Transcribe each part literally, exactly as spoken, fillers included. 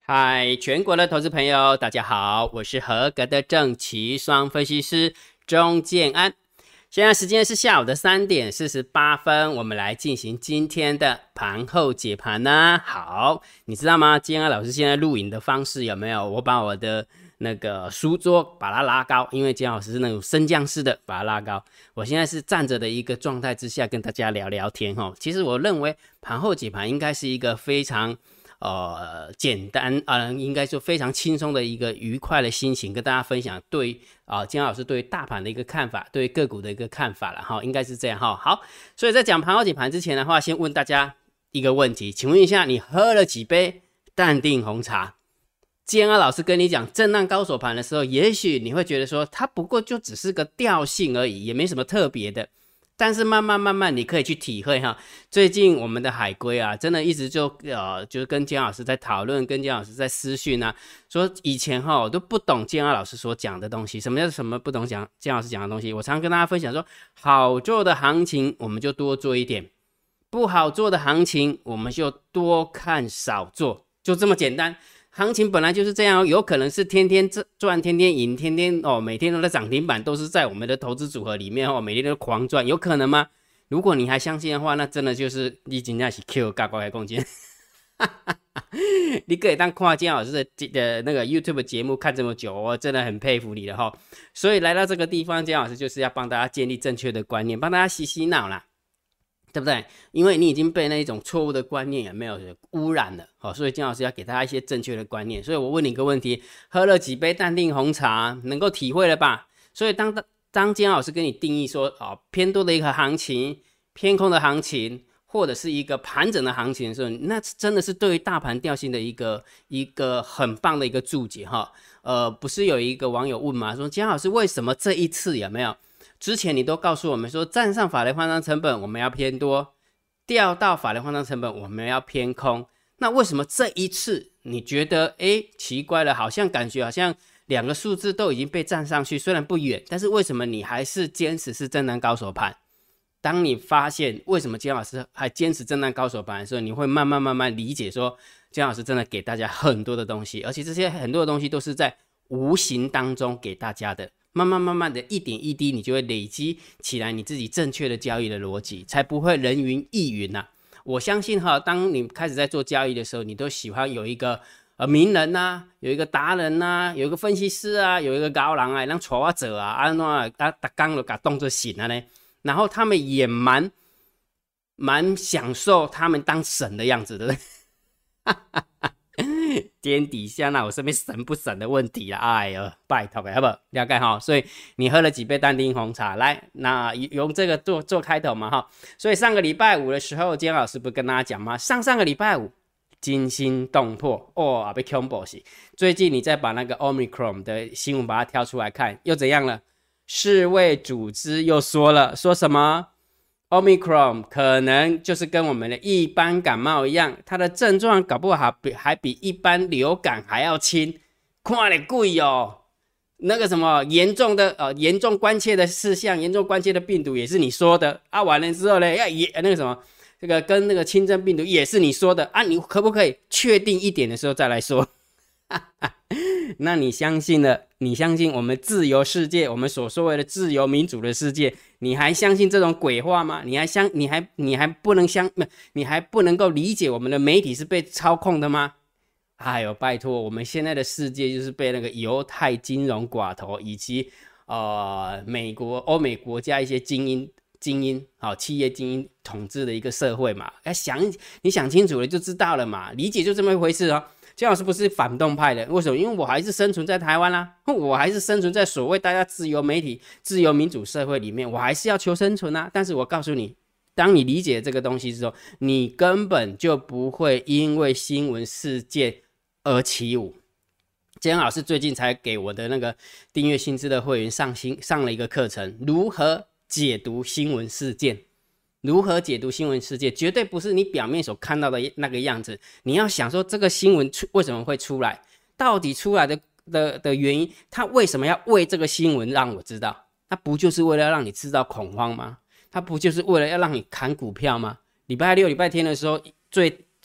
嗨，全国的投资朋友，大家好，我是合格的正奇双分析师钟建安。现在时间是下午的三点四十八分，我们来进行今天的盘后解盘呢。好，你知道吗？建安老师现在录影的方式有没有？我把我的那个书桌把它拉高，因为建安老师是那种升降式的，把它拉高。我现在是站着的一个状态之下跟大家聊聊天齁。其实我认为盘后解盘应该是一个非常呃，简单啊、呃，应该说非常轻松的一个愉快的心情，跟大家分享对啊，金、呃、老师对大盘的一个看法，对个股的一个看法了哈，应该是这样哈。好，所以在讲盘后解盘之前的话，先问大家一个问题，请问一下，你喝了几杯淡定红茶？建安老师跟你讲震荡高手盘的时候，也许你会觉得说，它不过就只是个调性而已，也没什么特别的。但是慢慢慢慢你可以去体会哈，最近我们的海龟啊，真的一直就呃，就是跟建老师在讨论，跟建老师在私讯啊，说以前哈我都不懂建老师所讲的东西，什么叫什么不懂讲建老师讲的东西，我常跟大家分享说，好做的行情我们就多做一点，不好做的行情我们就多看少做，就这么简单。行情本来就是这样，有可能是天天赚、天天赢、天天哦，每天都在涨停板，都是在我们的投资组合里面哦，每天都狂赚，有可能吗？如果你还相信的话，那真的就是你真的是 Q 嘎嘎的贡献。你可以当看建老师的的那个 YouTube 节目看这么久，我真的很佩服你了哈。所以来到这个地方，建老师就是要帮大家建立正确的观念，帮大家洗洗脑啦。对不对？因为你已经被那一种错误的观念有没有污染了、哦、所以金老师要给大家一些正确的观念。所以我问你一个问题，喝了几杯淡定红茶能够体会了吧？所以当当金老师跟你定义说、哦、偏多的一个行情，偏空的行情，或者是一个盘整的行情的时候，那真的是对于大盘调性的一个一个很棒的一个注解哈。呃，不是有一个网友问嘛，说金老师为什么这一次有没有？之前你都告诉我们说，站上法人换仓成本我们要偏多，掉到法人换仓成本我们要偏空。那为什么这一次你觉得诶奇怪了，好像感觉好像两个数字都已经被站上去，虽然不远，但是为什么你还是坚持是震荡高手盘？当你发现为什么姜老师还坚持震荡高手盘的时候，你会慢慢慢慢理解说，姜老师真的给大家很多的东西，而且这些很多的东西都是在无形当中给大家的。慢慢慢慢的一点一滴，你就会累积起来你自己正确的交易的逻辑，才不会人云亦云啊。我相信哈，當你開始在做交易的時候，你都喜歡有一個呃名人啊，有一個達人啊，有一個分析師啊，有一個高人啊，讓帶我走啊，啊那啊大剛就把動作醒了呢，然後他們也蠻蠻享受他們當神的樣子的，哈哈哈。天底下那我身邊神不神的問題啦，哎呦，拜託嘅，好不好？了解哈，所以你喝了幾杯淡定紅茶，來，那用這個做做開頭嘛哈。所以上個禮拜五的時候，建老師不跟大家講嗎？上上個禮拜五驚心動魄哦，被恐怖死。最近你再把那個 Omicron 的新聞把它挑出來看，又怎樣了？世衛組織又說了，說什麼？Omicron 可能就是跟我们的一般感冒一样，它的症状搞不好比还比一般流感还要轻，看得贵哦。那个什么严重的呃严重关切的事项，严重关切的病毒也是你说的啊，完了之后呢，要也那个什么这个跟那个轻症病毒也是你说的啊，你可不可以确定一点的时候再来说？那你相信了？你相信我们自由世界，我们所说的自由民主的世界，你还相信这种鬼话吗？你还相你还你还不能相你还不能够理解我们的媒体是被操控的吗？哎呦，拜托，我们现在的世界就是被那个犹太金融寡头以及呃美国欧美国家一些精英精英好、哦、企业精英统治的一个社会嘛。哎，想你想清楚了就知道了嘛，理解就这么一回事哦。姜老师不是反动派的，为什么？因为我还是生存在台湾啦、啊，我还是生存在所谓大家自由媒体、自由民主社会里面，我还是要求生存啊。但是我告诉你，当你理解这个东西之后，你根本就不会因为新闻事件而起舞。姜老师最近才给我的那个订阅新知的会员上新上了一个课程，如何解读新闻事件。如何解读新闻事件，绝对不是你表面所看到的那个样子。你要想说这个新闻为什么会出来，到底出来的 的, 的原因，他为什么要为这个新闻让我知道？那不就是为了让你制造恐慌吗？他不就是为了要让你砍股票吗？礼拜六、礼拜天的时候，最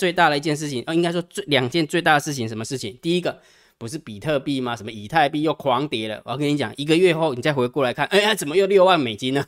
最大的一件事情，呃，应该说最两件最大的事情，什么事情？第一个不是比特币吗？什么以太币又狂跌了？我跟你讲，一个月后你再回过来看，哎呀，怎么又六万美金呢？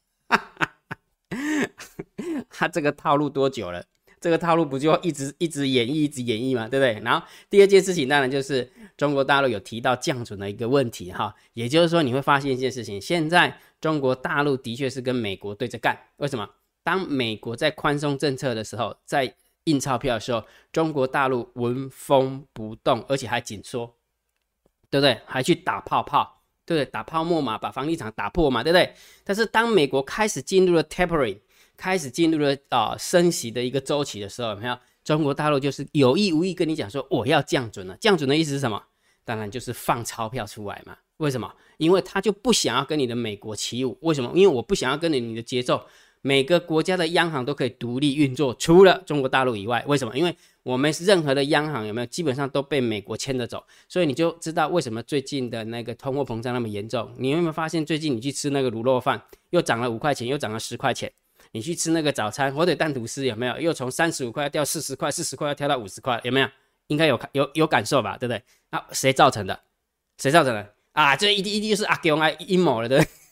他这个套路多久了？这个套路不就一直一直演绎，一直演绎嘛，对不对？然后第二件事情当然就是中国大陆有提到降准的一个问题哈，也就是说你会发现一件事情，现在中国大陆的确是跟美国对着干。为什么？当美国在宽松政策的时候，在印钞票的时候，中国大陆纹风不动，而且还紧缩，对不对？还去打泡泡，对不对？打泡沫嘛，把房地产打破嘛，对不对？但是当美国开始进入了 tapering， 开始进入了啊、呃、升息的一个周期的时候，有没有？中国大陆就是有意无意跟你讲说我要降准了。降准的意思是什么？当然就是放钞票出来嘛。为什么？因为他就不想要跟你的美国起舞。为什么？因为我不想要跟着你的节奏。每个国家的央行都可以独立运作，除了中国大陆以外。为什么？因为我们任何的央行有没有基本上都被美国牵着走，所以你就知道为什么最近的那个通货膨胀那么严重。你有没有发现最近你去吃那个卤肉饭又涨了五块钱，又涨了十块钱？你去吃那个早餐火腿蛋吐司有没有又从三十五块掉四十块，四十块要跳到五十块？有没有？应该有有有感受吧，对不对？啊，谁造成的？谁造成的？啊，这一定一定就是阿公啊阴谋了，对不对？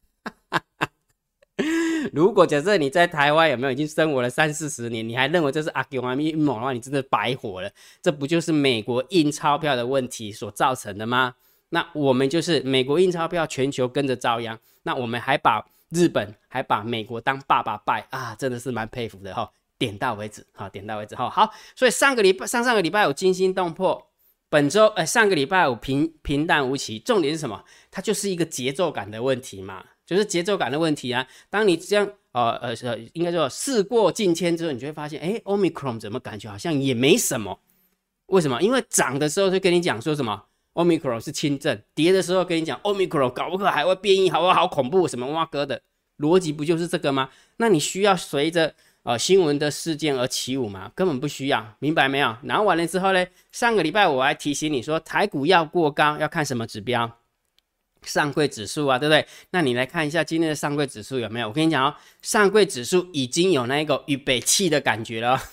如果假设你在台湾有没有已经生活了三四十年，你还认为这是阿公啊阴谋的话，你真的白活了。这不就是美国印钞票的问题所造成的吗？那我们就是美国印钞票，全球跟着遭殃。那我们还把日本还把美国当爸爸拜啊，真的是蛮佩服的哈。点到为止，好，点到为止哈。好，所以上个礼拜上上个礼拜有惊心动魄，本周呃上个礼拜有平平淡无奇。重点是什么？它就是一个节奏感的问题嘛。就是节奏感的问题啊！当你这样呃呃呃，应该说事过境迁之后，你就会发现，哎 ，Omicron 怎么感觉好像也没什么？为什么？因为涨的时候就跟你讲说什么 Omicron 是轻症，跌的时候跟你讲 Omicron 搞不好还会变异，好不好？好恐怖，什么挖哥的逻辑不就是这个吗？那你需要随着呃新闻的事件而起舞吗？根本不需要，明白没有？然后完了之后呢，上个礼拜我还提醒你说，台股要过高要看什么指标？上柜指数啊，对不对？那你来看一下今天的上柜指数有没有？我跟你讲哦，上柜指数已经有那个预备器的感觉了。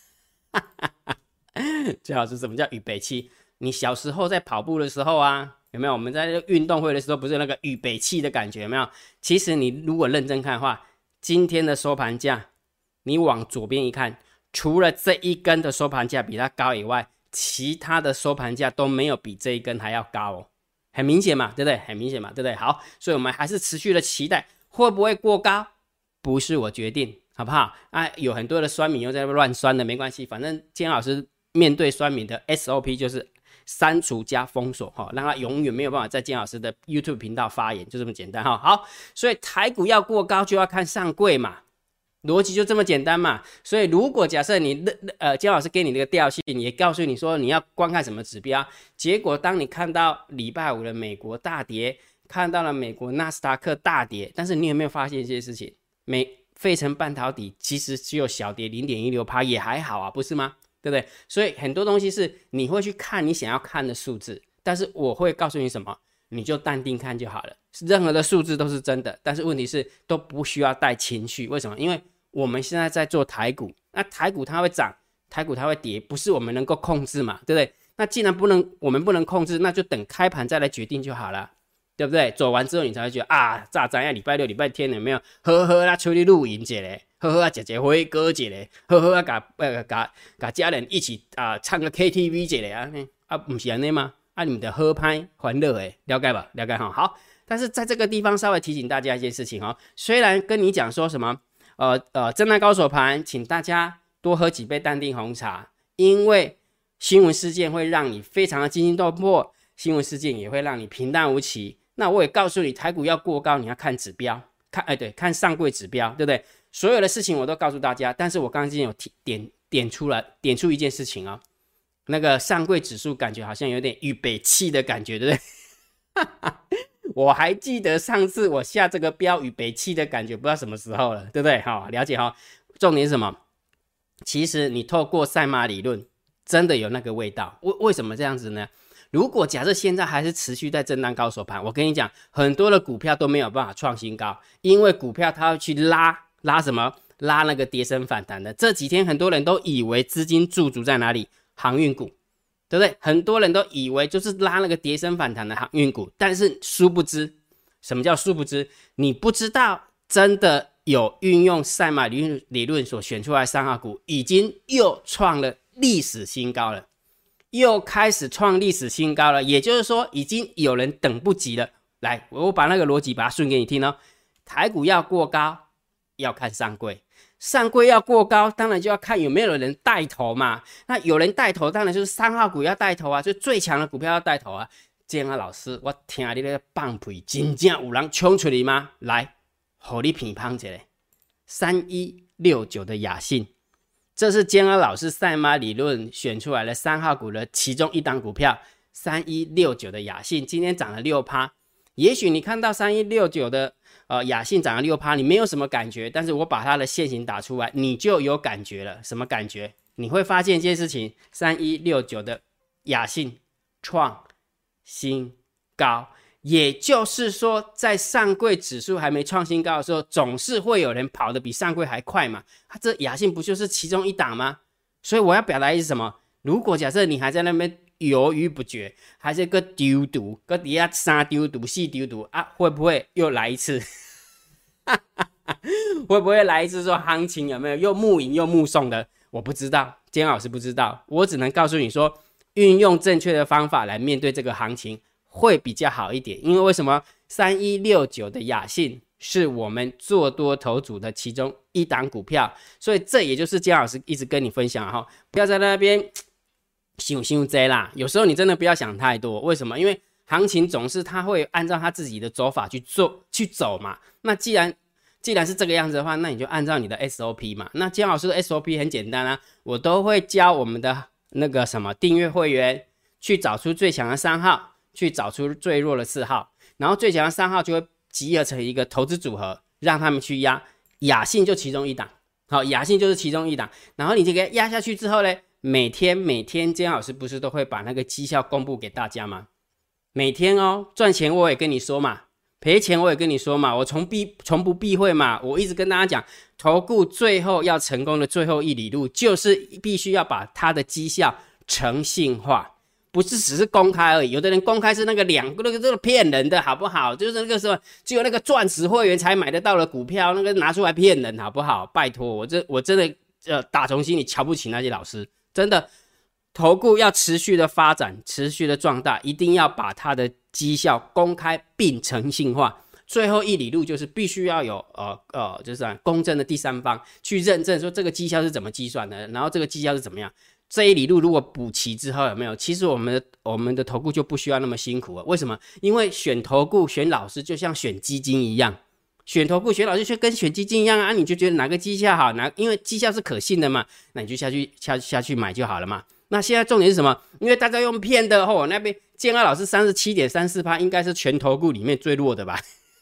最好是什么叫预备器？你小时候在跑步的时候啊，有没有？我们在运动会的时候不是有那个预备器的感觉，有没有？其实你如果认真看的话，今天的收盘价，你往左边一看，除了这一根的收盘价比它高以外，其他的收盘价都没有比这一根还要高哦。很明显嘛，对不对？很明显嘛，对不对？好，所以我们还是持续的期待，会不会过高，不是我决定，好不好？啊，有很多的酸民又在乱酸的，没关系，反正建安老师面对酸民的 S O P 就是删除加封锁哈，让他永远没有办法在建安老师的 YouTube 频道发言，就这么简单哈。好，所以台股要过高就要看上柜嘛。逻辑就这么简单嘛，所以如果假设你呃姜老师给你那个调性，也告诉你说你要观看什么指标，结果当你看到礼拜五的美国大跌，看到了美国纳斯达克大跌，但是你有没有发现一些事情？美费城半导体其实只有小跌 百分之零点一六， 也还好啊，不是吗？对不对？所以很多东西是你会去看你想要看的数字，但是我会告诉你什么，你就淡定看就好了。任何的数字都是真的，但是问题是都不需要带情绪。为什么？因为我们现在在做台股，那台股它会涨，台股它会跌，不是我们能够控制嘛，对不对？那既然不能，我们不能控制，那就等开盘再来决定就好了，对不对？走完之后你才会觉得啊，咋怎样？礼拜六、礼拜天有没有呵呵啦，出去露营一嘞，呵呵啊，姐姐辉哥一嘞，呵呵啊，甲呃甲甲家人一起啊唱个 K T V 一嘞啊，啊不是安尼吗？啊，你们的合拍欢乐诶，了解吧？了解哈。好，但是在这个地方稍微提醒大家一件事情哦，虽然跟你讲说什么。呃呃，震荡高手盘，请大家多喝几杯淡定红茶，因为新闻事件会让你非常的惊心动魄，新闻事件也会让你平淡无奇。那我也告诉你，台股要过高，你要看指标，看哎对，看上柜指标，对不对？所有的事情我都告诉大家，但是我刚刚今天有提点点出来，点出一件事情哦，那个上柜指数感觉好像有点预备器的感觉，对不对？我还记得上次我下这个标预备器的感觉，不知道什么时候了，对不对？好，了解哈。重点是什么？其实你透过赛马理论，真的有那个味道。为为什么这样子呢？如果假设现在还是持续在震荡高手盘，我跟你讲，很多的股票都没有办法创新高，因为股票它要去拉拉什么？ 拉那个跌升反弹的。这几天很多人都以为资金驻足在哪里？航运股，对不对？很多人都以为就是拉那个跌升反弹的航运股，但是殊不知，什么叫殊不知？你不知道真的有运用赛马理论所选出来的三号股，已经又创了历史新高了。又开始创历史新高了，也就是说，已经有人等不及了。来，我把那个逻辑把它顺给你听哦。台股要过高，要看上柜；上柜要过高，当然就要看有没有人带头嘛。那有人带头，当然就是三号股要带头啊，就最强的股票要带头啊。建安老师，我听你那个放屁，真正有人冲出来吗？来，给你评判一下，三一六九的雅信。这是建安老师赛马理论选出来的三号股的其中一档股票，三一六九的雅信今天涨了 百分之六。 也许你看到三一六九的呃雅信涨了 百分之六， 你没有什么感觉，但是我把它的线型打出来，你就有感觉了。什么感觉？你会发现一件事情，三一六九的雅信创新高，也就是说，在上柜指数还没创新高的时候，总是会有人跑得比上柜还快嘛。啊、这雅信不就是其中一档吗？所以我要表达的是什么？如果假设你还在那边犹豫不决，还是个丢毒，个底下三丢毒、四丢毒啊，会不会又来一次？会不会来一次说行情有没有又目迎又目送的？我不知道，建安老师不知道，我只能告诉你说，运用正确的方法来面对这个行情。会比较好一点，因为为什么三一六九的雅信是我们做多头组的其中一档股票，所以这也就是姜老师一直跟你分享哈，不要在那边想想这啦，有时候你真的不要想太多，为什么？因为行情总是他会按照他自己的走法去做去走嘛，那既然既然是这个样子的话，那你就按照你的 S O P 嘛。那姜老师的 S O P 很简单啊，我都会教我们的那个什么订阅会员去找出最强的三号，去找出最弱的四号，然后最强的三号就会集合成一个投资组合，让他们去压。雅信就其中一档，好，雅信就是其中一档，然后你就给它压下去之后呢，每天每天姜老师不是都会把那个绩效公布给大家吗？每天哦，赚钱我也跟你说嘛，赔钱我也跟你说嘛，我从避从不避讳嘛，我一直跟大家讲，投顾最后要成功的最后一里路，就是必须要把它的绩效诚信化。不是只是公开而已，有的人公开是那个两个那个这个骗人的，好不好？就是那个时候只有那个钻石会员才买得到的股票，那个拿出来骗人，好不好？拜托，我这我真的呃打从心里瞧不起那些老师，真的。投顾要持续的发展，持续的壮大，一定要把它的绩效公开并诚信化。最后一里路就是必须要有呃呃，就是公正的第三方去认证说这个绩效是怎么计算的，然后这个绩效是怎么样。这一里路如果补齐之后有没有？其实我们的我们的投顾就不需要那么辛苦了。为什么？因为选投顾选老师就像选基金一样，选投顾选老师就跟选基金一样啊，你就觉得哪个绩效好，哪因为绩效是可信的嘛，那你就下去下下去买就好了嘛。那现在重点是什么？因为大家用骗的哦，那边建安老师 三十七点三四% 应该是全投顾里面最弱的吧？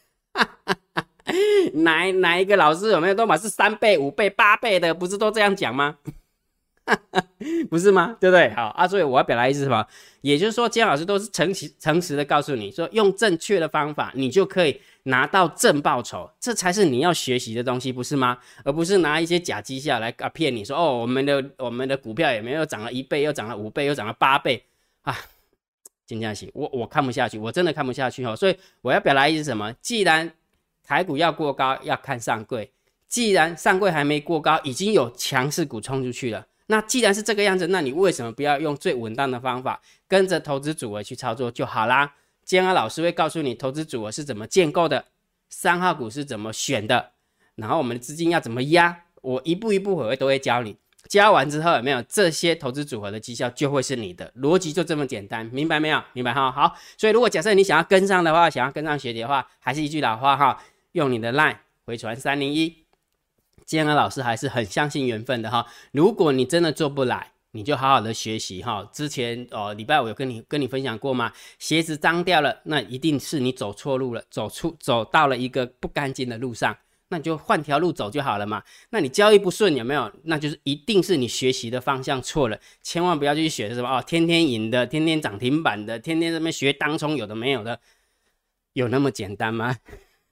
哪哪一个老师有没有都嘛是三倍、五倍、八倍的，不是都这样讲吗？不是吗？对不对？好啊，所以我要表达意思是什么？也就是说，姜老师都是诚实诚实的告诉你说，用正确的方法，你就可以拿到正报酬，这才是你要学习的东西，不是吗？而不是拿一些假绩效来啊骗你说，哦，我们的我们的股票也没有涨了一倍，又涨了五倍，又涨了八倍啊！真的是我我看不下去，我真的看不下去哦。所以我要表达意思是什么？既然台股要过高，要看上柜；既然上柜还没过高，已经有强势股冲出去了。那既然是这个样子，那你为什么不要用最稳当的方法，跟着投资组合去操作就好啦？建安老师会告诉你投资组合是怎么建构的，三号股是怎么选的，然后我们的资金要怎么压，我一步一步我会都会教你。教完之后有没有这些投资组合的绩效就会是你的，逻辑就这么简单，明白没有？明白哈？好，所以如果假设你想要跟上的话，想要跟上学姐的话，还是一句老话哈，用你的 LINE 回传三零一。建安老师还是很相信缘分的哈，如果你真的做不来，你就好好的学习哈。之前哦礼拜五有跟你跟你分享过吗？鞋子脏掉了，那一定是你走错路了，走出走到了一个不干净的路上，那你就换条路走就好了嘛。那你交易不顺有没有？那就是一定是你学习的方向错了，千万不要去学什么哦，天天赢的，天天涨停板的，天天这边学当冲有的没有的，有那么简单吗？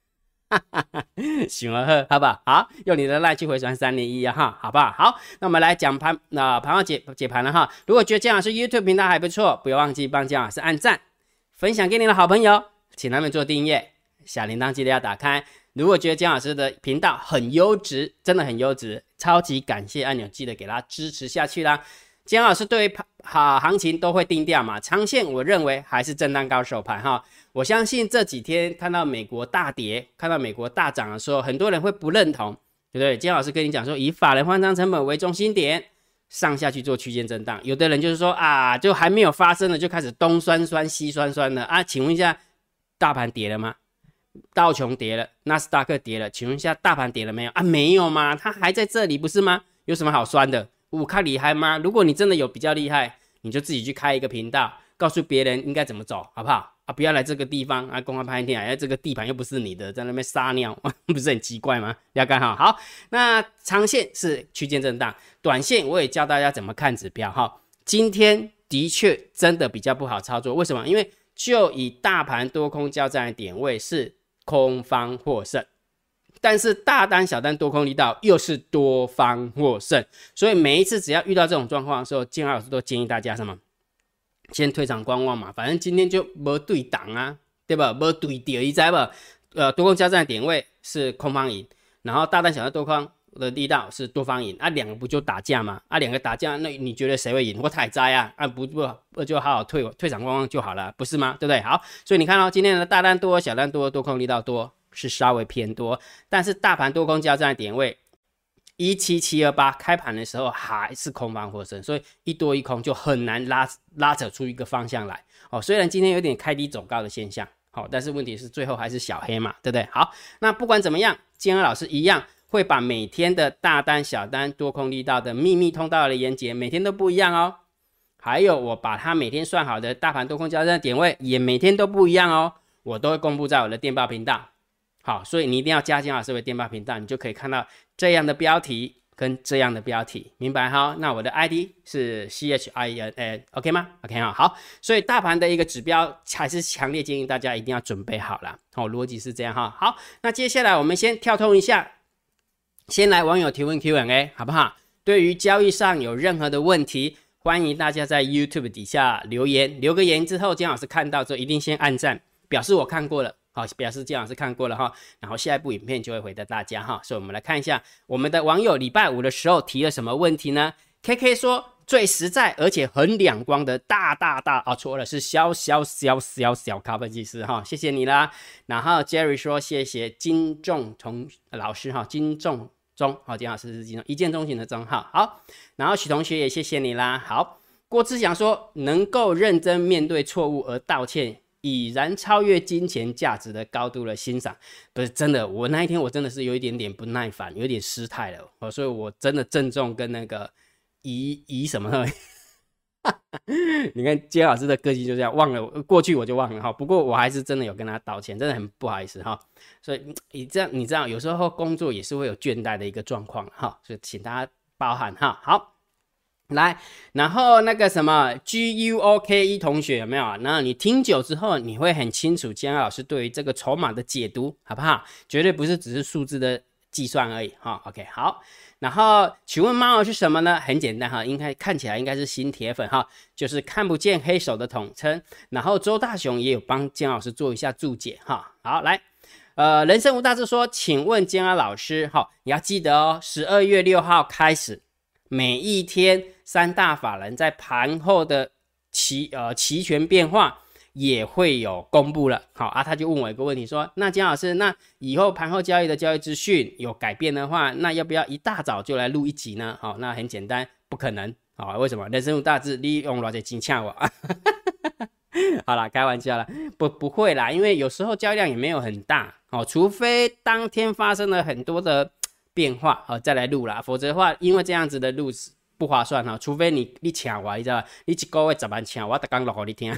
醒而喝，好不好？好，用你的赖去回传三连一啊哈，好不好？好，那我们来讲盘，那、呃、盘后解解盘了哈。如果觉得姜老师 YouTube 频道还不错，不要忘记帮姜老师按赞、分享给你的好朋友，请他们做订阅，小铃铛记得要打开。如果觉得姜老师的频道很优质，真的很优质，超级感谢按钮记得给他支持下去啦。姜老师对于好行情都会定调嘛，长线我认为还是震荡高手盘哈。我相信这几天看到美国大跌，看到美国大涨的时候，很多人会不认同，对不对？姜老师跟你讲说，以法人换仓成本为中心点，上下去做区间震荡。有的人就是说啊，就还没有发生的就开始东酸酸西酸酸的啊。请问一下，大盘跌了吗？道琼跌了，纳斯达克跌了，请问一下大盘跌了没有啊？没有吗？它还在这里不是吗？有什么好酸的？我看厉害吗？如果你真的有比较厉害，你就自己去开一个频道，告诉别人应该怎么走，好不好？啊，不要来这个地方啊，公开拍片，哎，这个地盘又不是你的，在那边撒尿，不是很奇怪吗？要干好。好，那长线是区间震荡，短线我也教大家怎么看指标哈。今天的确真的比较不好操作，为什么？因为就以大盘多空交战的点位是空方获胜。但是大单小单多空力道又是多方获胜，所以每一次只要遇到这种状况的时候，建安老师都建议大家什么？先退场观望嘛，反正今天就没对档啊，对吧？没对到，你知吧？呃，多空交战的点位是空方赢，然后大单小单多空的力道是多方赢啊，两个不就打架吗？啊，两个打架，那你觉得谁会赢？我太栽啊！啊，不不就好好退退场观望就好了，不是吗？对不对？好，所以你看到、哦、今天的大单多、小单多、多空力道多。是稍微偏多，但是大盘多空交战的点位一七七二八开盘的时候还是空方获胜，所以一多一空就很难拉拉扯出一个方向来哦。虽然今天有点开低走高的现象，好、哦，但是问题是最后还是小黑嘛，对不对？好，那不管怎么样，建安老师一样会把每天的大单、小单、多空力道的秘密通道的连结，每天都不一样哦。还有我把它每天算好的大盘多空交战的点位也每天都不一样哦，我都会公布在我的电报频道。好，所以你一定要加建老师为电报频道，你就可以看到这样的标题跟这样的标题，明白哈？那我的 I D 是 C H I N N，OK 吗 ？OK 哈，好，所以大盘的一个指标还是强烈建议大家一定要准备好了。好、哦，逻辑是这样哈。好，那接下来我们先跳通一下，先来网友提问 Q and A， 好不好？对于交易上有任何的问题，欢迎大家在 YouTube 底下留言，留个言之后，建老师看到之后一定先按赞，表示我看过了。好，表示建老师看过了哈，然后下一部影片就会回答大家哈，所以我们来看一下我们的网友礼拜五的时候提了什么问题呢 ？K K 说最实在而且很两光的大大大哦，错了，是小小小小小咖分析师哈，谢谢你啦。然后 Jerry 说谢谢金仲同老师哈，金仲中好，金老师是金仲一见钟情的钟哈，好，然后许同学也谢谢你啦。好，郭志祥说能够认真面对错误而道歉。已然超越金钱价值的高度的欣赏，不是真的。我那一天我真的是有一点点不耐烦，有点失态了、哦，所以我真的郑重跟那个怡怡什么的，你看杰老师的个性就这样，忘了过去我就忘了哈。不过我还是真的有跟他道歉，真的很不好意思哈。所以你这样你知道，有时候工作也是会有倦怠的一个状况哈，所以请大家包涵哈。好。来，然后那个什么 G U O K E 同学有没有？然后你听久之后，你会很清楚建安老师对于这个筹码的解读，好不好？绝对不是只是数字的计算而已哈。OK， 好。然后请问猫是什么呢？很简单哈，应该看起来应该是新铁粉哈，就是看不见黑手的统称。然后周大雄也有帮建安老师做一下注解哈。好，来，呃，人生无大志说，请问建安老师哈，你要记得哦，十二月六号开始。每一天三大法人在盘后的期呃期权变化也会有公布了，好啊，他就问我一个问题说，那姜老师，那以后盘后交易的交易资讯有改变的话，那要不要一大早就来录一集呢？好，那很简单，不可能，好，为什么？人生无大志，你用多少钱请我？好啦，开玩笑啦，不不会啦，因为有时候交易量也没有很大，好，除非当天发生了很多的。变化好、哦、再来录啦，否则的话，因为这样子的录不划算哈、哦。除非你你请我，你知道吧？你一个月十万请我，我刚录给你听。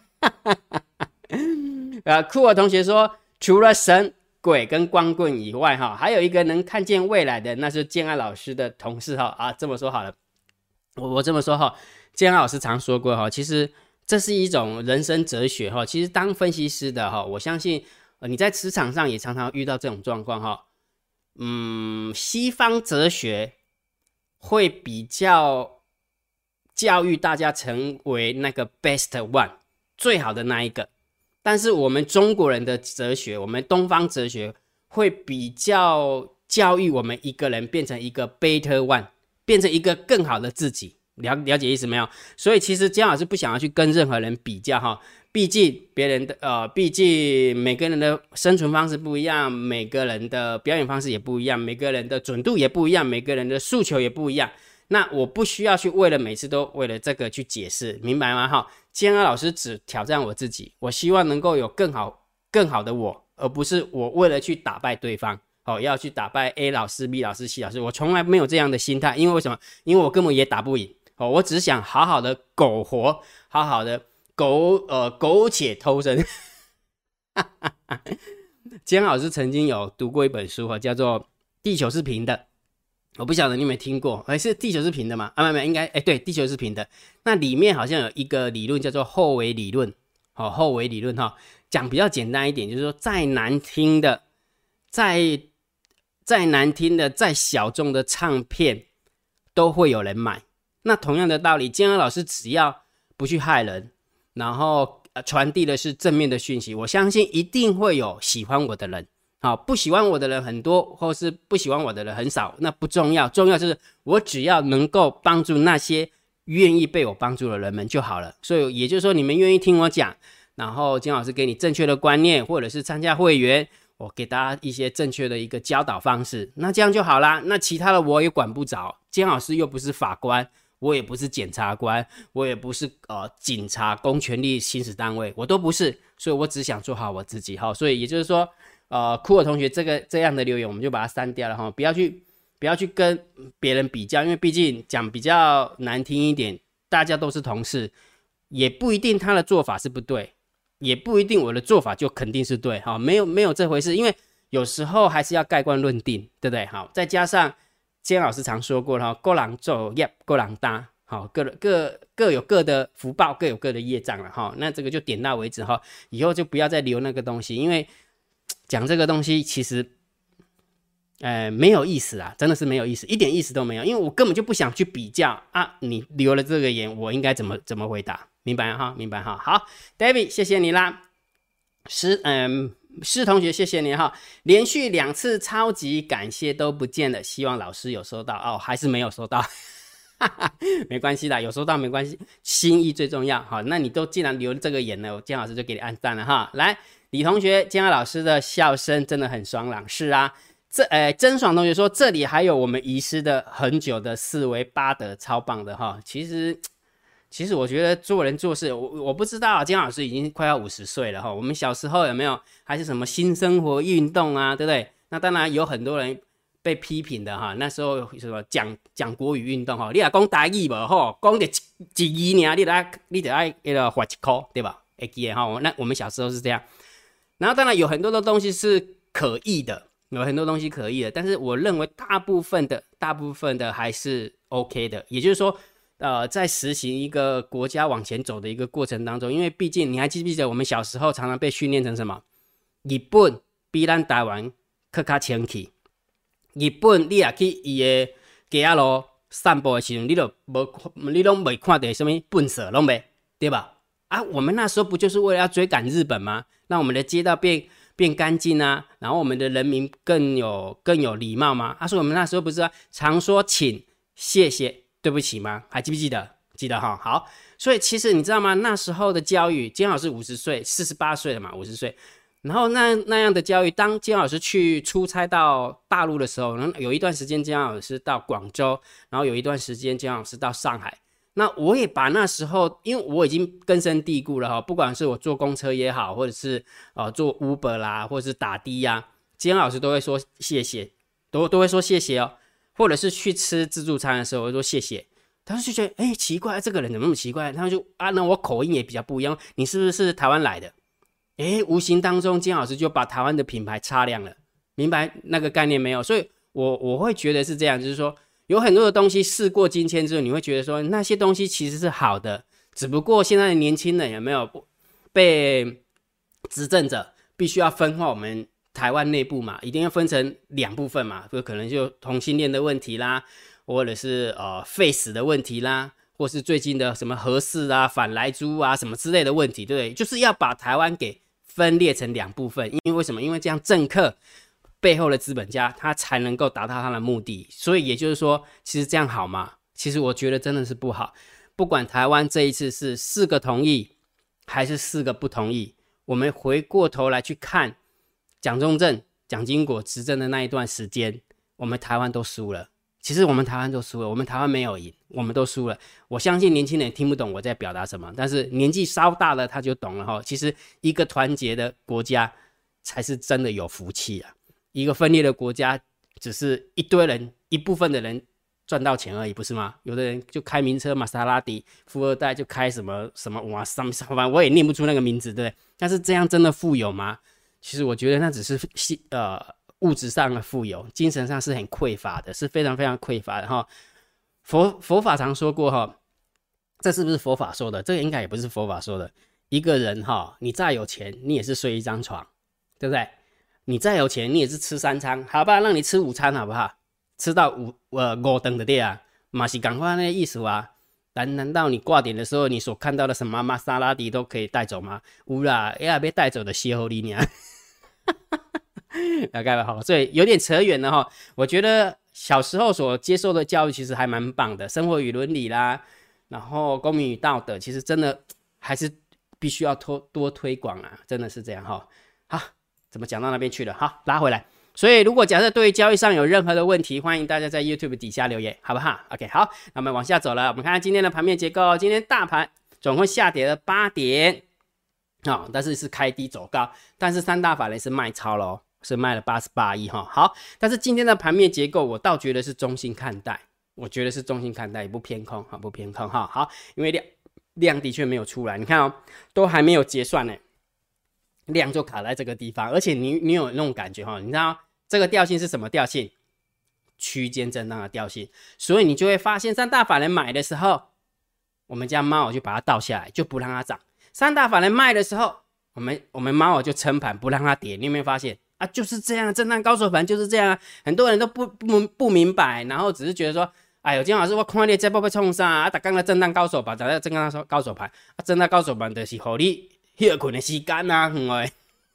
呃，酷儿同学说，除了神鬼跟光棍以外哈，还有一个能看见未来的，那是建安老师的同事哈啊。这么说好了，我我这么说哈，建安老师常说过哈，其实这是一种人生哲学哈。其实当分析师的哈，我相信。 呃，你在职场上也常常遇到这种状况哈。嗯，西方哲学会比较教育大家成为那个 best one 最好的那一个，但是我们中国人的哲学，我们东方哲学会比较教育我们一个人变成一个 better one， 变成一个更好的自己。了了解意思没有？所以其实姜老师不想要去跟任何人比较哈，毕竟别人的呃，毕竟每个人的生存方式不一样，每个人的表演方式也不一样，每个人的准度也不一样，每个人的诉求也不一样。那我不需要去为了每次都为了这个去解释，明白吗？哈，姜老师只挑战我自己，我希望能够有更好更好的我，而不是我为了去打败对方。哦，要去打败 A 老师、B 老师、C 老师，我从来没有这样的心态，因为为什么？因为我根本也打不赢。哦，我只想好好的苟活，好好的苟呃苟且偷生。姜老师曾经有读过一本书哈，叫做《地球是平的》，我不晓得你有没有听过？哎，是地球是平的吗？啊，没有没有，应该哎对，地球是平的。那里面好像有一个理论叫做后维理论，哦，后维理论哈，讲比较简单一点，就是说再难听的、再再难听的、再小众的唱片都会有人买。那同样的道理，建安老师只要不去害人，然后、呃、传递的是正面的讯息，我相信一定会有喜欢我的人。好，不喜欢我的人很多，或是不喜欢我的人很少，那不重要，重要就是我只要能够帮助那些愿意被我帮助的人们就好了。所以也就是说，你们愿意听我讲，然后金老师给你正确的观念，或者是参加会员，我给大家一些正确的一个教导方式，那这样就好啦。那其他的我也管不着，金老师又不是法官。我也不是检察官，我也不是呃警察、公权力行使单位，我都不是，所以我只想做好我自己哈。所以也就是说，呃，酷尔同学这个这样的留言，我们就把它删掉了哈，不要去不要去跟别人比较，因为毕竟讲比较难听一点，大家都是同事，也不一定他的做法是不对，也不一定我的做法就肯定是对哈，没有没有这回事，因为有时候还是要盖棺论定，对不对？好，再加上。姜老师常说过了，各人做业，各人担，好，各各各有各的福报，各有各的业障了哈。那这个就点到为止哈，以后就不要再留那个东西，因为讲这个东西其实，呃，没有意思啊，真的是没有意思，一点意思都没有，因为我根本就不想去比较啊。你留了这个言，我应该怎么怎么回答？明白哈？明白哈？好 ，David， 谢谢你啦，是嗯。施同学，谢谢你哈！连续两次超级感谢都不见了，希望老师有收到哦，还是没有收到，没关系啦，有收到没关系，心意最重要。好，那你都既然留这个言了，姜老师就给你按赞了哈。来，李同学，姜老师的笑声真的很爽朗，是啊。这呃，曾爽同学说这里还有我们遗失的很久的四维八德，超棒的哈。其实。其实我觉得做人做事，我我不知道啊，姜老师已经快要五十岁了哈。我们小时候有没有还是什么新生活运动啊，对不对？那当然有很多人被批评的哈。那时候什么讲讲国语运动哈，你若讲台语无吼，讲的一一字尔，你来你得爱那个罚一块，对吧？会记得哈。那我们小时候是这样。然后当然有很多的东西是可议的，有很多东西可议的，但是我认为大部分的大部分的还是 OK 的，也就是说。呃，在实行一个国家往前走的一个过程当中，因为毕竟你还记不记得我们小时候常常被训练成什么？日本比咱台湾更加前去。日本你也去伊的街仔路散步的时候，你都无你都没看到什么粪扫，拢没，对吧？啊，我们那时候不就是为了要追赶日本吗？让我们的街道变变干净啊，然后我们的人民更有更有礼貌吗？啊，所以我们那时候不是、啊、常说请、谢谢。对不起吗？还记不记得？记得哈。好，所以其实你知道吗？那时候的教育，金老师五十岁，四十八岁了嘛，五十岁。然后那那样的教育，当金老师去出差到大陆的时候，有一段时间金老师到广州，然后有一段时间金老师到上海。那我也把那时候，因为我已经根深蒂固了哈，不管是我坐公车也好，或者是呃做 Uber 啦，或者是打的呀、啊，金老师都会说谢谢，都都会说谢谢哦。或者是去吃自助餐的时候，我说谢谢，他就觉得哎、欸、奇怪，这个人怎么那么奇怪？他就啊，那我口音也比较不一样，你是不是台湾来的？哎、欸，无形当中金老师就把台湾的品牌擦亮了，明白那个概念没有？所以我我会觉得是这样，就是说有很多的东西事过境迁之后，你会觉得说那些东西其实是好的，只不过现在的年轻人有没有被执政者、 必须要分化我们台湾内部嘛，一定要分成两部分嘛，就可能就同性恋的问题啦，或者是呃废死的问题啦，或是最近的什么核四啊、反莱猪啊什么之类的问题，对不对？就是要把台湾给分裂成两部分，因为为什么？因为这样政客背后的资本家他才能够达到他的目的，所以也就是说，其实这样好吗？其实我觉得真的是不好。不管台湾这一次是四个同意还是四个不同意，我们回过头来去看蒋中正、蒋经国执政的那一段时间，我们台湾都输了。其实我们台湾都输了，我们台湾没有赢，我们都输了。我相信年轻人听不懂我在表达什么，但是年纪稍大了他就懂了哈。其实一个团结的国家才是真的有福气啊，一个分裂的国家只是一堆人、一部分的人赚到钱而已，不是吗？有的人就开名车玛莎拉蒂，富二代就开什么什么哇什么什么，我也念不出那个名字，对不对？但是这样真的富有吗？其实我觉得那只是呃物质上的富有，精神上是很匮乏的，是非常非常匮乏的哈。佛佛法常说过哈，这是不是佛法说的？这个应该也不是佛法说的。一个人哈，你再有钱，你也是睡一张床，对不对？你再有钱，你也是吃三餐，好吧？让你吃午餐好不好？吃到五呃五顿的对啊，嘛是赶快那个意思啊。难难道你挂点的时候，你所看到的什么玛莎拉蒂都可以带走吗？有啦，要被带走的歇后里呢。大概好，所以有点扯远了哈。我觉得小时候所接受的教育其实还蛮棒的，生活与伦理啦，然后公民与道德，其实真的还是必须要多多推广啊，真的是这样哈。好，怎么讲到那边去了？好，拉回来。所以如果假设对于交易上有任何的问题，欢迎大家在 YouTube 底下留言，好不好 ？OK， 好，那我们往下走了。我们看看今天的盘面结构，今天大盘总共下跌了八点，好、哦，但是是开低走高，但是三大法人是卖超咯，是卖了八十八亿哈。好，但是今天的盘面结构，我倒觉得是中性看待，我觉得是中性看待，也不偏空，好，不偏空哈。好，因为量量的确没有出来，你看哦，都还没有结算呢，量就卡在这个地方，而且你你有那种感觉哈，你知道这个调性是什么调性？区间震荡的调性，所以你就会发现三大法人买的时候，我们家猫就把它倒下来，就不让它涨；三大法人卖的时候，我们我们猫就撑盘不让它跌。你有没有发现啊？就是这样，震荡高手盘就是这样啊。很多人都不不不明白，然后只是觉得说，哎呦，金老师我看你这波被冲上啊，打刚的震荡高手盘，打在震荡高手盘，啊，震荡高手盘就是互你休困的时间啊，嗯喂，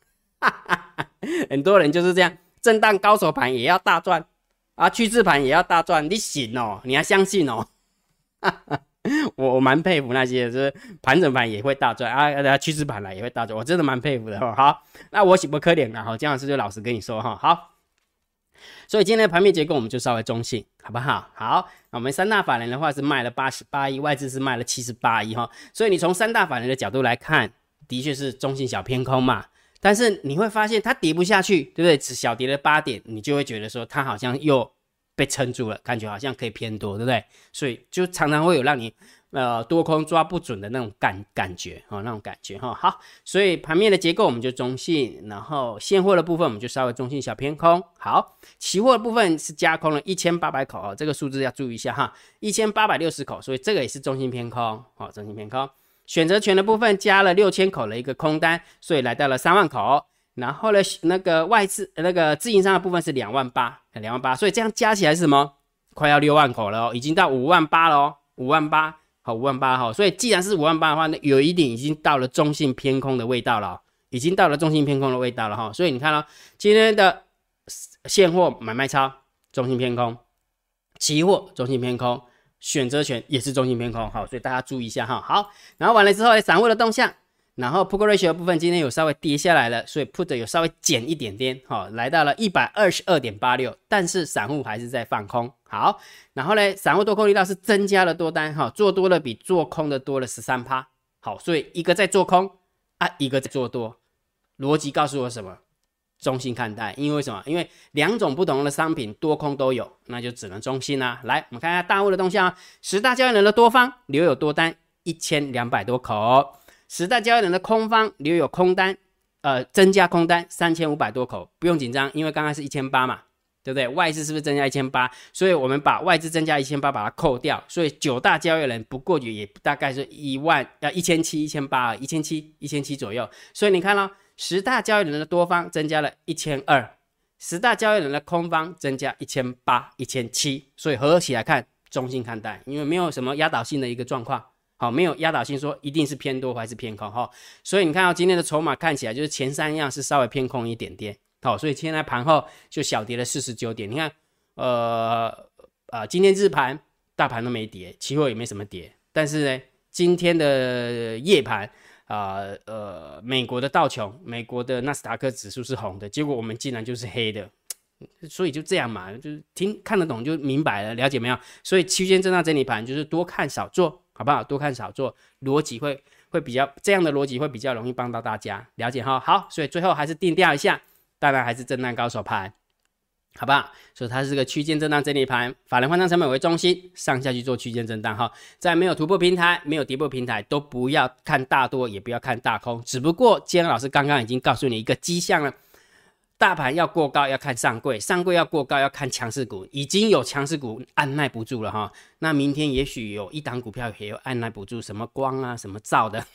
很多人就是这样。震荡高手盘也要大赚啊，趋势盘也要大赚，你信哦？你还相信哦？我我蛮佩服那些就是盘整盘也会大赚啊，趋势盘来也会大赚，我真的蛮佩服的哈。好，那我喜不可怜啊，哈，姜老师就老实跟你说哈。好，所以今天的盘面结构我们就稍微中性，好不好？好，那我们三大法人的话是卖了八十八亿，外资是卖了七十八亿哈，所以你从三大法人的角度来看，的确是中性小偏空嘛。但是你会发现它跌不下去，对不对？只小跌了八点，你就会觉得说它好像又被撑住了，感觉好像可以偏多，对不对？所以就常常会有让你呃多空抓不准的那种感感觉哈、哦，那种感觉哈、哦。好，所以盘面的结构我们就中性，然后现货的部分我们就稍微中性小偏空。好，期货的部分是加空了一千八百口哦，这个数字要注意一下哈，一千八百六十口，所以这个也是中性偏空，好、哦，中性偏空。选择权的部分加了六千口的一个空单，所以来到了三万口。然后呢，那个外资那个自营商的部分是两万八，两万八，所以这样加起来是什么？快要六万口了哦，已经到五万八了哦，五万八，好，五万八哈。所以既然是五万八的话，那有一点已经到了中性偏空的味道了、哦，已经到了中性偏空的味道了哈、哦。所以你看哦，今天的现货买卖超中性偏空，期货中性偏空。选择权也是中性偏空，好，所以大家注意一下哈。好，然后完了之后，散户的动向，然后 Put Ratio 的部分今天有稍微跌下来了，所以 Put 有稍微减一点点，好，来到了 一百二十二点八六， 但是散户还是在放空。好，然后呢，散户多空力道是增加了多单，哈，做多的比做空的多了 百分之十三， 好，所以一个在做空啊，一个在做多，逻辑告诉我什么？中性看待，因为什么？因为两种不同的商品多空都有，那就只能中性啦、啊。来，我们看一下大户的动向、啊，十大交易人的多方留有多单一千两百多口，十大交易人的空方留有空单，呃，增加空单三千五百多口，不用紧张，因为刚刚是一千八嘛，对不对？外资是不是增加一千八？所以我们把外资增加一千八把它扣掉，所以九大交易人不过也大概是一万呃一千七、一千八、一千七、一千七左右，所以你看咯。 十大交易人的多方增加了一千二，十大交易人的空方增加一千八、一千七，所以合合起来看，中性看待，因为没有什么压倒性的一个状况。好，没有压倒性说一定是偏多还是偏空哈，所以你看到今天的筹码看起来就是前三样是稍微偏空一点点，好，所以现在盘后就小跌了四十九点。你看，呃呃，今天日盘大盘都没跌，期货也没什么跌，但是呢，今天的夜盘啊 呃, 呃，美国的道琼、美国的纳斯达克指数是红的，结果我们竟然就是黑的。所以就这样嘛，就是听看得懂就明白了，了解没有？所以区间震荡整理盘就是多看少做，好不好？多看少做，逻辑会会比较这样的逻辑会比较容易帮到大家，了解哈？好，所以最后还是定调一下，当然还是震荡高手盘，好不好？所以它是个区间震荡整理盘，法人换仓成本为中心，上下去做区间震荡哈。在没有突破平台、没有跌破平台，都不要看大多，也不要看大空。只不过今天老师刚刚已经告诉你一个迹象了。大盘要过高要看上柜，上柜要过高要看强势股，已经有强势股按耐不住了哈。那明天也许有一档股票也有按耐不住，什么光啊，什么照的。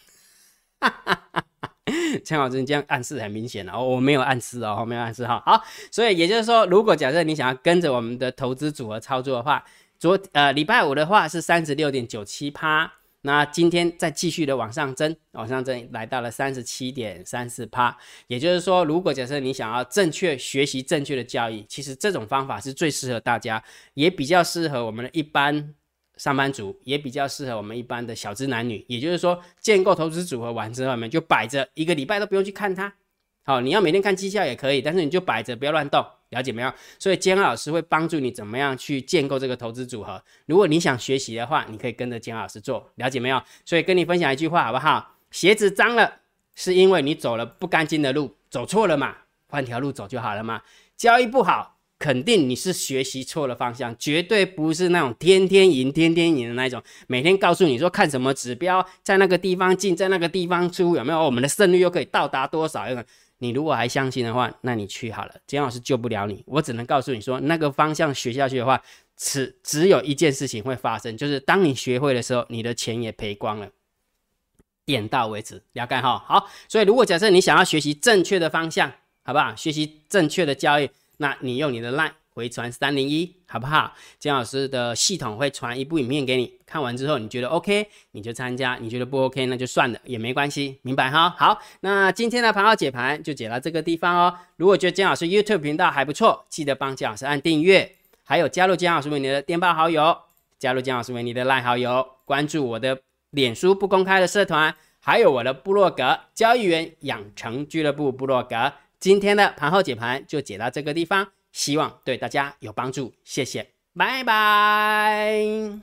陈老师这样暗示很明显了、哦，我没有暗示哦，没有暗示哈。好，所以也就是说，如果假设你想要跟着我们的投资组合操作的话，昨呃礼拜五的话是 三十六点九七趴。那今天再继续的往上增，往上增来到了 三十七点三四趴， 也就是说，如果假设你想要正确学习正确的交易，其实这种方法是最适合大家，也比较适合我们的一般上班族，也比较适合我们一般的小资男女。也就是说，建构投资组合完之后，我们就摆着一个礼拜都不用去看它。好，你要每天看绩效也可以，但是你就摆着不要乱动，了解没有？所以建安老师会帮助你怎么样去建构这个投资组合。如果你想学习的话，你可以跟着建安老师做，了解没有？所以跟你分享一句话好不好？鞋子脏了是因为你走了不干净的路，走错了嘛，换条路走就好了嘛。交易不好，肯定你是学习错了方向，绝对不是那种天天赢天天赢的那种，每天告诉你说看什么指标，在那个地方进，在那个地方出，有没有？我们的胜率又可以到达多少？你如果还相信的话，那你去好了，建老师救不了你，我只能告诉你说，那个方向学下去的话，只只有一件事情会发生，就是当你学会的时候，你的钱也赔光了。点到为止，了解哈。好，所以如果假设你想要学习正确的方向，好不好？学习正确的交易，那你用你的 LINE 回传三零一，好不好？建老师的系统会传一部影片给你，看完之后你觉得 OK， 你就参加；你觉得不 OK， 那就算了，也没关系，明白哈？好，那今天的盘后解盘就解到这个地方哦。如果觉得建老师 YouTube 频道还不错，记得帮建老师按订阅，还有加入建老师为你的电报好友，加入建老师为你的 LINE 好友，关注我的脸书不公开的社团，还有我的部落格交易员养成俱乐部部落格。今天的盘后解盘就解到这个地方，希望对大家有帮助，谢谢，拜拜。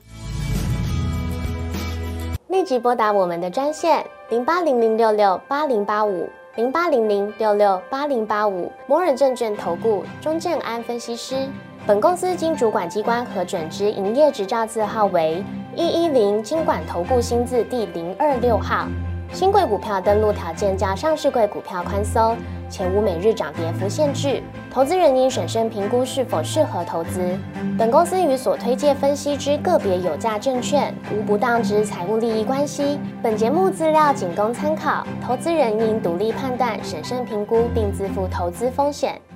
立即拨打我们的专线零八零零六六八零八五零八零零六六八零八五摩尔证券投顾钟正安分析师。本公司经主管机关核准之营业执照字号为一一零金管投顾新字第零二六号。新贵股票登录条件较上市贵股票宽松，且无每日涨跌幅限制。投资人应审慎评估是否适合投资。本公司与所推介分析之个别有价证券无不当之财务利益关系。本节目资料仅供参考，投资人应独立判断、审慎评估并自负投资风险。